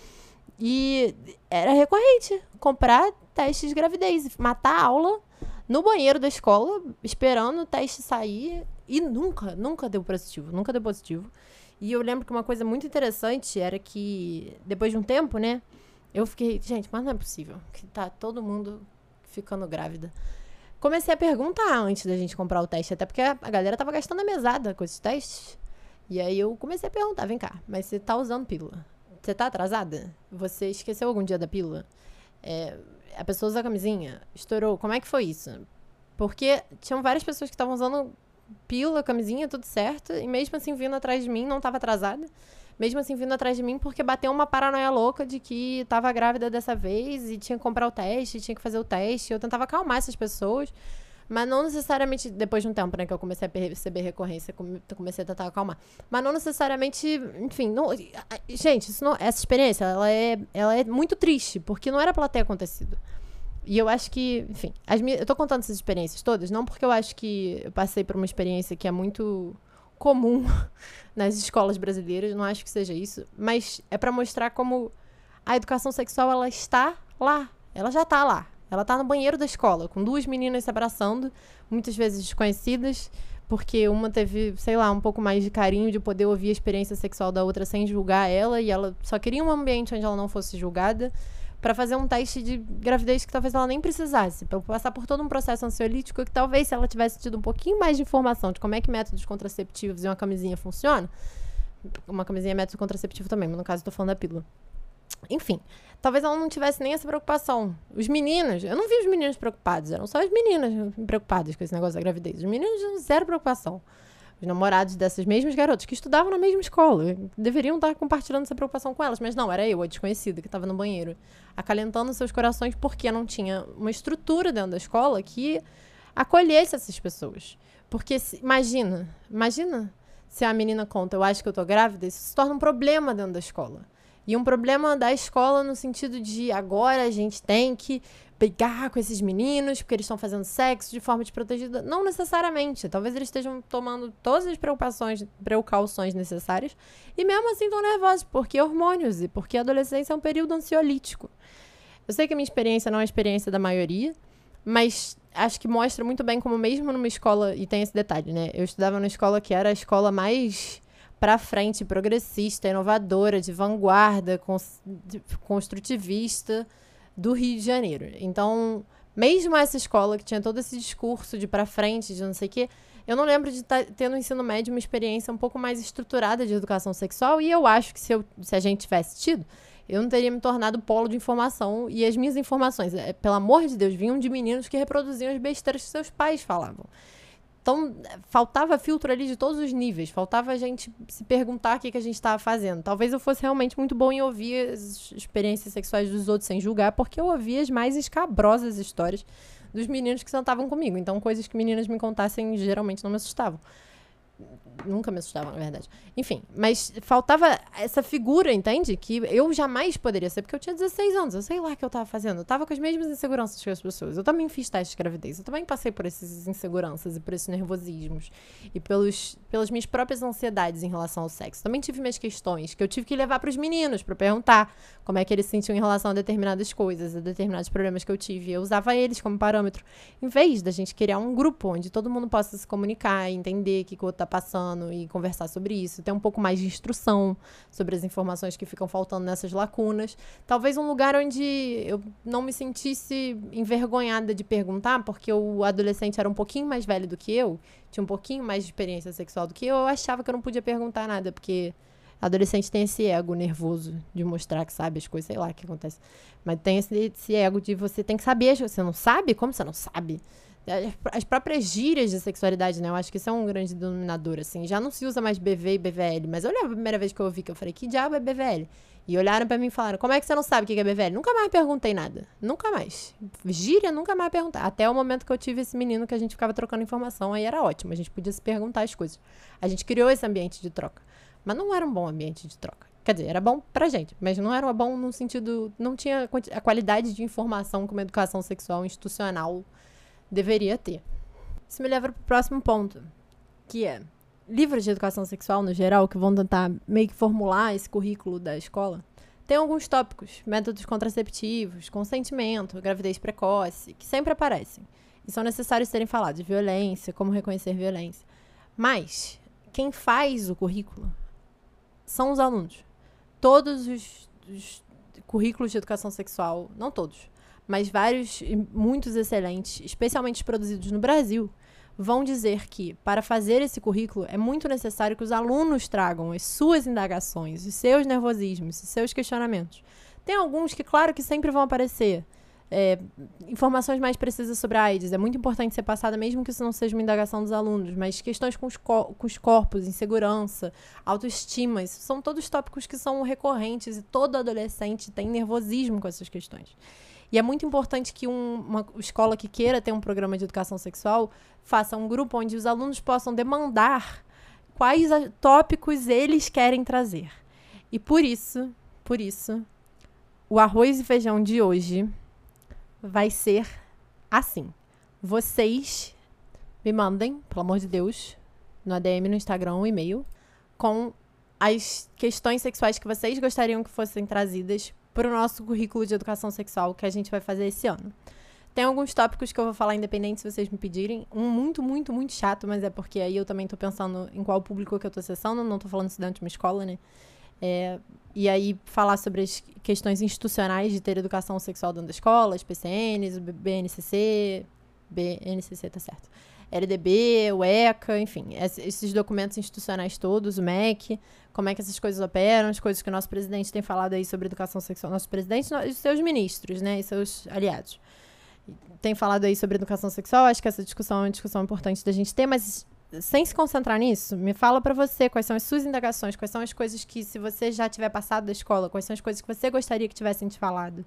E era recorrente comprar testes de gravidez, matar a aula no banheiro da escola, esperando o teste sair, e nunca, nunca deu positivo, nunca deu positivo. E eu lembro que uma coisa muito interessante era que, depois de um tempo, né, eu fiquei, gente, mas não é possível, que tá todo mundo ficando grávida. Comecei a perguntar antes da gente comprar o teste, até porque a galera tava gastando a mesada com esses testes. E aí eu comecei a perguntar, vem cá, mas você tá usando pílula? Você tá atrasada? Você esqueceu algum dia da pílula? É... A pessoa usa a camisinha? Estourou? Como é que foi isso? Porque tinham várias pessoas que estavam usando pílula, camisinha, tudo certo. E mesmo assim vindo atrás de mim, não estava atrasada. Mesmo assim vindo atrás de mim porque bateu uma paranoia louca de que estava grávida dessa vez e tinha que comprar o teste, tinha que fazer o teste. Eu tentava acalmar essas pessoas. Mas não necessariamente, depois de um tempo, né, que eu comecei a receber recorrência, comecei a tentar acalmar. Mas não necessariamente, enfim, não, gente, isso não, essa experiência, ela é, ela é muito triste, porque não era pra ela ter acontecido. E eu acho que, enfim, as minhas, eu tô contando essas experiências todas, não porque eu acho que eu passei por uma experiência que é muito comum nas escolas brasileiras, não acho que seja isso, mas é pra mostrar como a educação sexual, ela está lá, ela já tá lá. Ela tá no banheiro da escola, com duas meninas se abraçando, muitas vezes desconhecidas, porque uma teve, sei lá, um pouco mais de carinho de poder ouvir a experiência sexual da outra sem julgar ela, e ela só queria um ambiente onde ela não fosse julgada, para fazer um teste de gravidez que talvez ela nem precisasse, para passar por todo um processo ansiolítico que talvez, se ela tivesse tido um pouquinho mais de informação de como é que métodos contraceptivos e uma camisinha funcionam, uma camisinha é método contraceptivo também, mas no caso eu tô falando da pílula. Enfim, talvez ela não tivesse nem essa preocupação. Os meninos, eu não vi os meninos preocupados, eram só as meninas preocupadas com esse negócio da gravidez. Os meninos tinham zero preocupação. Os namorados dessas mesmas garotas que estudavam na mesma escola deveriam estar compartilhando essa preocupação com elas, mas não, era eu, a desconhecida, que estava no banheiro, acalentando seus corações porque não tinha uma estrutura dentro da escola que acolhesse essas pessoas. Porque, se, imagina, imagina se a menina conta, eu acho que eu tô grávida, isso se torna um problema dentro da escola. E um problema da escola no sentido de agora a gente tem que brigar com esses meninos porque eles estão fazendo sexo de forma desprotegida. Não necessariamente. Talvez eles estejam tomando todas as preocupações, precauções necessárias e mesmo assim estão nervosos porque hormônios e porque a adolescência é um período ansiolítico. Eu sei que a minha experiência não é a experiência da maioria, mas acho que mostra muito bem como mesmo numa escola, e tem esse detalhe, né? Eu estudava numa escola que era a escola mais para frente, progressista, inovadora, de vanguarda, cons- de, construtivista do Rio de Janeiro. Então, mesmo essa escola que tinha todo esse discurso de para frente, de não sei o quê, eu não lembro de tá, ter no ensino médio uma experiência um pouco mais estruturada de educação sexual, e eu acho que se, eu, se a gente tivesse tido, eu não teria me tornado polo de informação, e as minhas informações, é, pelo amor de Deus, vinham de meninos que reproduziam as besteiras que seus pais falavam. Então, faltava filtro ali de todos os níveis. Faltava a gente se perguntar o que, que a gente estava fazendo. Talvez eu fosse realmente muito bom em ouvir as experiências sexuais dos outros sem julgar, porque eu ouvia as mais escabrosas histórias dos meninos que sentavam comigo. Então, coisas que meninas me contassem geralmente não me assustavam. Nunca me assustavam, na verdade. Enfim, mas faltava essa figura, entende? Que eu jamais poderia ser, porque eu tinha dezesseis anos, eu sei lá o que eu tava fazendo. Eu tava com as mesmas inseguranças que as pessoas. Eu também fiz teste de gravidez, eu também passei por essas inseguranças e por esses nervosismos. E pelos, pelas minhas próprias ansiedades em relação ao sexo. Também tive minhas questões, que eu tive que levar pros meninos pra perguntar como é que eles se sentiam em relação a determinadas coisas, a determinados problemas que eu tive. Eu usava eles como parâmetro. Em vez da gente criar um grupo onde todo mundo possa se comunicar, entender o que o outro tá passando, e conversar sobre isso, ter um pouco mais de instrução sobre as informações que ficam faltando nessas lacunas. Talvez um lugar onde eu não me sentisse envergonhada de perguntar, porque o adolescente era um pouquinho mais velho do que eu, tinha um pouquinho mais de experiência sexual do que eu, eu achava que eu não podia perguntar nada, porque Adolescente tem esse ego nervoso de mostrar que sabe as coisas, sei lá o que acontece. Mas tem esse, esse ego de você tem que saber. Você não sabe? Como você não sabe? As próprias gírias de sexualidade, né? Eu acho que isso é um grande denominador, assim. Já não se usa mais B V e B V L. Mas eu lembro a primeira vez que eu ouvi que eu falei, que diabo é B V L? E olharam pra mim e falaram, como é que você não sabe o que é B V L? Nunca mais perguntei nada. Nunca mais. Gíria, nunca mais perguntei. Até o momento que eu tive esse menino que a gente ficava trocando informação. Aí era ótimo. A gente podia se perguntar as coisas. A gente criou esse ambiente de troca. Mas não era um bom ambiente de troca. Quer dizer, era bom pra gente. Mas não era bom no sentido... Não tinha a qualidade de informação que uma educação sexual institucional deveria ter. Isso me leva pro próximo ponto. Que é... livros de educação sexual, no geral, que vão tentar meio que formular esse currículo da escola, tem alguns tópicos, métodos contraceptivos, consentimento, gravidez precoce, que sempre aparecem. E são necessários serem falados. Violência, como reconhecer violência. Mas, quem faz o currículo são os alunos. Todos os, os currículos de educação sexual, não todos, mas vários, muitos excelentes, especialmente produzidos no Brasil, vão dizer que, para fazer esse currículo, é muito necessário que os alunos tragam as suas indagações, os seus nervosismos, os seus questionamentos. Tem alguns que, claro, que sempre vão aparecer. É, informações mais precisas sobre a AIDS. É muito importante ser passada, mesmo que isso não seja uma indagação dos alunos, mas questões com os, co- com os corpos, insegurança, autoestima, isso são todos tópicos que são recorrentes e todo adolescente tem nervosismo com essas questões. E é muito importante que um, uma escola que queira ter um programa de educação sexual faça um grupo onde os alunos possam demandar quais a, tópicos eles querem trazer. E por isso, por isso, o arroz e feijão de hoje vai ser assim. Vocês me mandem, pelo amor de Deus, no A D M, no Instagram, um e-mail, com as questões sexuais que vocês gostariam que fossem trazidas para o nosso currículo de educação sexual que a gente vai fazer esse ano. Tem alguns tópicos que eu vou falar independente se vocês me pedirem. Um muito, muito, muito chato, mas é porque aí eu também tô pensando em qual público que eu tô acessando. Não tô falando estudante de uma escola, né? É, e aí falar sobre as questões institucionais de ter educação sexual dentro da escola, as P C Ns, o B N C C, B N C C tá certo, L D B, o ECA, enfim, esses documentos institucionais todos, o M E C, como é que essas coisas operam, as coisas que o nosso presidente tem falado aí sobre educação sexual, nosso presidente e os seus ministros, né, e seus aliados. Tem falado aí sobre educação sexual, acho que essa discussão é uma discussão importante da gente ter, mas sem se concentrar nisso, me fala pra você quais são as suas indagações, quais são as coisas que, se você já tiver passado da escola, quais são as coisas que você gostaria que tivessem te falado.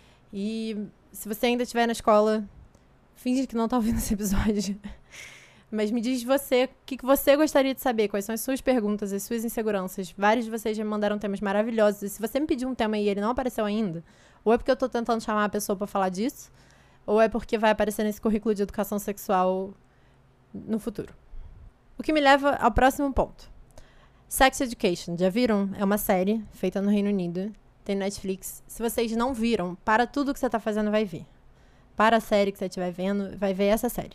E se você ainda estiver na escola, finge que não tá ouvindo esse episódio. Mas me diz você, o que, que você gostaria de saber, quais são as suas perguntas, as suas inseguranças. Vários de vocês já me mandaram temas maravilhosos. E se você me pediu um tema e ele não apareceu ainda, ou é porque eu tô tentando chamar a pessoa pra falar disso, ou é porque vai aparecer nesse currículo de educação sexual no futuro. O que me leva ao próximo ponto. Sex Education, já viram? É uma série feita no Reino Unido, tem Netflix. Se vocês não viram, para tudo que você tá fazendo, vai ver. Para a série que você estiver vendo, vai ver essa série.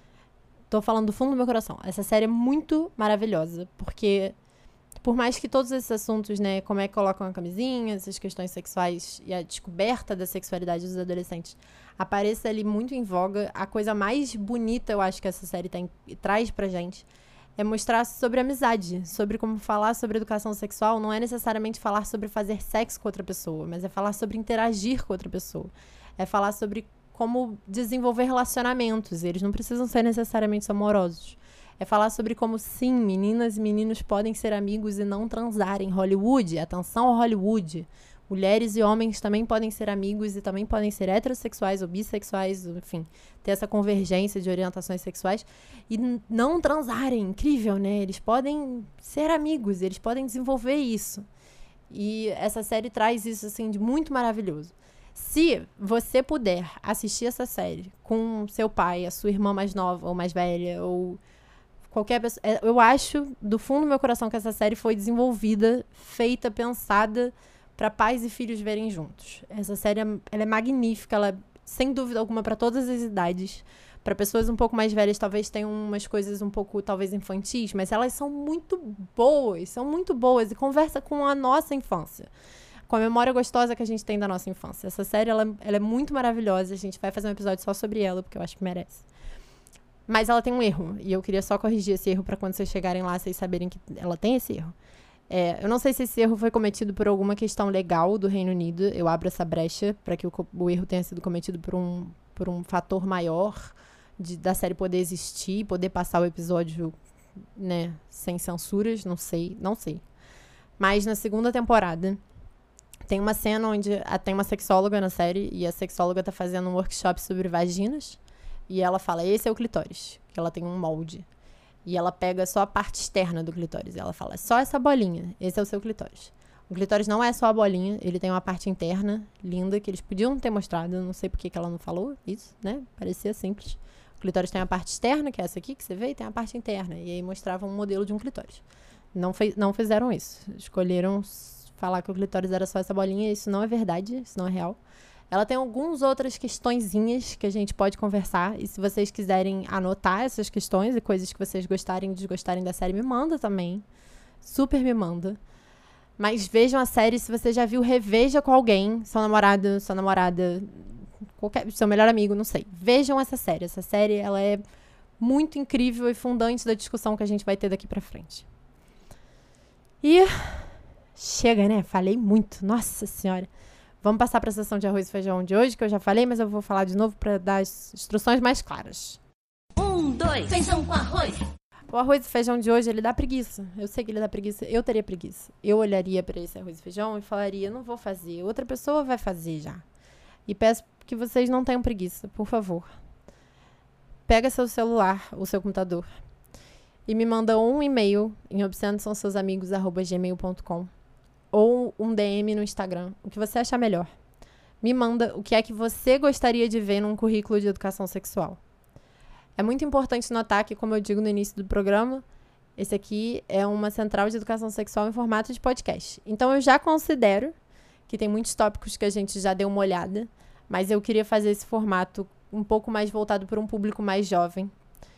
Tô falando do fundo do meu coração. Essa série é muito maravilhosa, porque por mais que todos esses assuntos, né, como é que colocam a camisinha, essas questões sexuais e a descoberta da sexualidade dos adolescentes apareça ali muito em voga, a coisa mais bonita, eu acho, que essa série tem, traz pra gente é mostrar sobre amizade, sobre como falar sobre educação sexual não é necessariamente falar sobre fazer sexo com outra pessoa, mas é falar sobre interagir com outra pessoa. É falar sobre como desenvolver relacionamentos. Eles não precisam ser necessariamente amorosos. É falar sobre como, sim, meninas e meninos podem ser amigos e não transar em Hollywood. Atenção ao Hollywood. Mulheres e homens também podem ser amigos e também podem ser heterossexuais ou bissexuais, enfim, ter essa convergência de orientações sexuais e n- não transarem. Incrível, né? Eles podem ser amigos, eles podem desenvolver isso. E essa série traz isso, assim, de muito maravilhoso. Se você puder assistir essa série com seu pai, a sua irmã mais nova ou mais velha, ou qualquer pessoa... Eu acho, do fundo do meu coração, que essa série foi desenvolvida, feita, pensada para pais e filhos verem juntos. Essa série ela é magnífica, ela é, sem dúvida alguma, para todas as idades. Para pessoas um pouco mais velhas, talvez tenham umas coisas um pouco, talvez, infantis, mas elas são muito boas, são muito boas e conversa com a nossa infância. Com a memória gostosa que a gente tem da nossa infância. Essa série, ela, ela é muito maravilhosa. A gente vai fazer um episódio só sobre ela, porque eu acho que merece. Mas ela tem um erro. E eu queria só corrigir esse erro para quando vocês chegarem lá, vocês saberem que ela tem esse erro. É, eu não sei se esse erro foi cometido por alguma questão legal do Reino Unido. Eu abro essa brecha para que o, o erro tenha sido cometido por um, por um fator maior de, da série poder existir, poder passar o episódio, né, sem censuras. Não sei, não sei. Mas na segunda temporada tem uma cena onde a, tem uma sexóloga na série e a sexóloga tá fazendo um workshop sobre vaginas e ela fala, esse é o clitóris, que ela tem um molde. E ela pega só a parte externa do clitóris. Ela fala, só essa bolinha, esse é o seu clitóris. O clitóris não é só a bolinha, ele tem uma parte interna linda que eles podiam ter mostrado. Não sei por que que ela não falou isso, né? Parecia simples. O clitóris tem a parte externa, que é essa aqui que você vê, e tem a parte interna. E aí mostravam um modelo de um clitóris. Não, fez, não fizeram isso. Escolheram falar que o clitóris era só essa bolinha. Isso não é verdade, isso não é real. Ela tem algumas outras questõezinhas que a gente pode conversar. E se vocês quiserem anotar essas questões e coisas que vocês gostarem e desgostarem da série, me manda também. Super me manda. Mas vejam a série, se você já viu, reveja com alguém. Seu namorado, sua namorada, qualquer, seu melhor amigo, não sei. Vejam essa série. Essa série, ela é muito incrível e fundante da discussão que a gente vai ter daqui pra frente. E chega, né? Falei muito. Nossa Senhora. Vamos passar para a sessão de arroz e feijão de hoje, que eu já falei, mas eu vou falar de novo para dar as instruções mais claras. Um, dois, feijão com arroz. O arroz e feijão de hoje, ele dá preguiça. Eu sei que ele dá preguiça. Eu teria preguiça. Eu olharia para esse arroz e feijão e falaria, não vou fazer. Outra pessoa vai fazer já. E peço que vocês não tenham preguiça, por favor. Pega seu celular, o seu computador, e me manda um e-mail em obsceno são seus amigos arroba gmail ponto com. Ou um D M no Instagram, o que você achar melhor. Me manda o que é que você gostaria de ver num currículo de educação sexual. É muito importante notar que, como eu digo no início do programa, esse aqui é uma central de educação sexual em formato de podcast. Então, eu já considero que tem muitos tópicos que a gente já deu uma olhada, mas eu queria fazer esse formato um pouco mais voltado para um público mais jovem.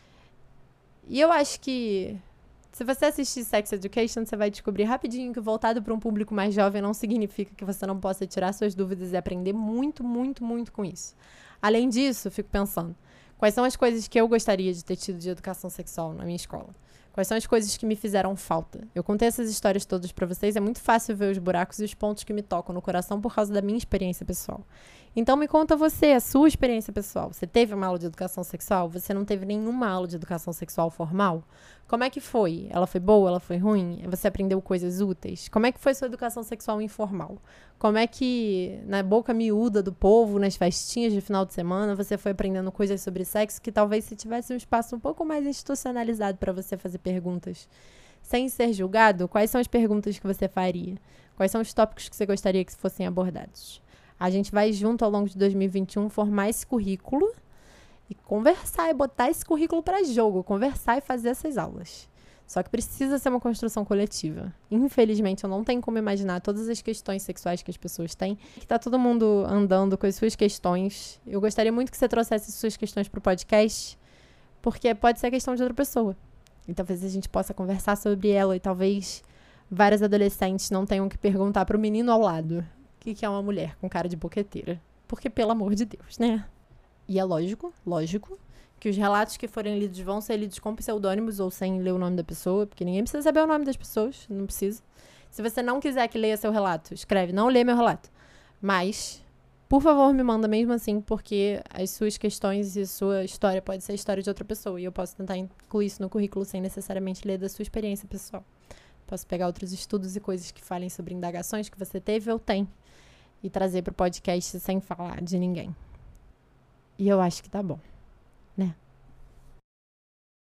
E eu acho que se você assistir Sex Education, você vai descobrir rapidinho que voltado para um público mais jovem não significa que você não possa tirar suas dúvidas e aprender muito, muito, muito com isso. Além disso, eu fico pensando, quais são as coisas que eu gostaria de ter tido de educação sexual na minha escola? Quais são as coisas que me fizeram falta? Eu contei essas histórias todas para vocês, é muito fácil ver os buracos e os pontos que me tocam no coração por causa da minha experiência pessoal. Então me conta você, a sua experiência pessoal. Você teve uma aula de educação sexual? Você não teve nenhuma aula de educação sexual formal? Como é que foi? Ela foi boa? Ela foi ruim? Você aprendeu coisas úteis? Como é que foi sua educação sexual informal? Como é que, na boca miúda do povo, nas festinhas de final de semana, você foi aprendendo coisas sobre sexo que talvez se tivesse um espaço um pouco mais institucionalizado para você fazer perguntas sem ser julgado? Quais são as perguntas que você faria? Quais são os tópicos que você gostaria que fossem abordados? A gente vai junto ao longo de dois mil e vinte e um formar esse currículo e conversar e botar esse currículo para jogo, conversar e fazer essas aulas. Só que precisa ser uma construção coletiva. Infelizmente, eu não tenho como imaginar todas as questões sexuais que as pessoas têm. Que tá todo mundo andando com as suas questões. Eu gostaria muito que você trouxesse suas questões pro podcast, porque pode ser a questão de outra pessoa. E talvez a gente possa conversar sobre ela e talvez vários adolescentes não tenham que perguntar pro menino ao lado o que, que é uma mulher com cara de boqueteira. Porque, pelo amor de Deus, né? E é lógico, lógico, que os relatos que forem lidos vão ser lidos com pseudônimos ou sem ler o nome da pessoa, porque ninguém precisa saber o nome das pessoas, não precisa. Se você não quiser que leia seu relato, escreve, não lê meu relato. Mas, por favor, me manda mesmo assim, porque as suas questões e sua história pode ser a história de outra pessoa, e eu posso tentar incluir isso no currículo sem necessariamente ler da sua experiência pessoal. Posso pegar outros estudos e coisas que falem sobre indagações que você teve ou tem, e trazer para o podcast sem falar de ninguém. E eu acho que tá bom.